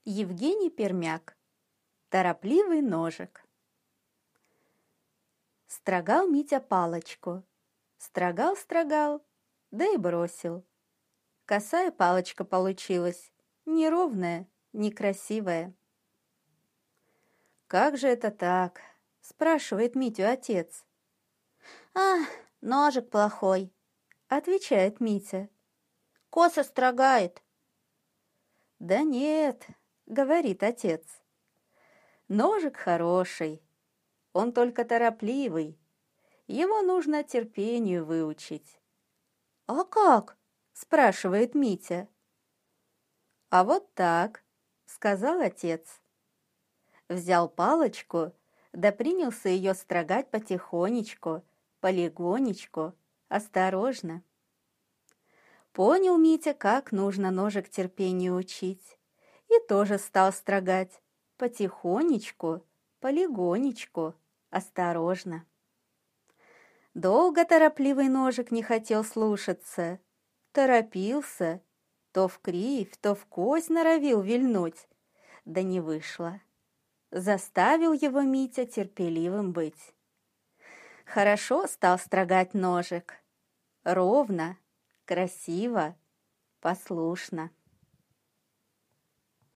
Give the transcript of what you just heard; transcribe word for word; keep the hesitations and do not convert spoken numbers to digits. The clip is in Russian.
Евгений Пермяк. Торопливый ножик. Строгал Митя палочку. Строгал-строгал, да и бросил. Косая палочка получилась, неровная, некрасивая. «Как же это так?» — спрашивает Митю отец. «А, ножик плохой», — отвечает Митя. «Косо строгает». «Да нет», — говорит отец. «Ножик хороший, он только торопливый, его нужно терпению выучить». «А как?» — спрашивает Митя. «А вот так», — сказал отец. Взял палочку, да принялся ее строгать потихонечку, полегонечку, осторожно. Понял Митя, как нужно ножик терпению учить, и тоже стал строгать потихонечку, полегонечку, осторожно. Долго торопливый ножик не хотел слушаться, торопился, то в кривь, то в кость норовил вильнуть, да не вышло. Заставил его Митя терпеливым быть. Хорошо стал строгать ножик, ровно, красиво, послушно.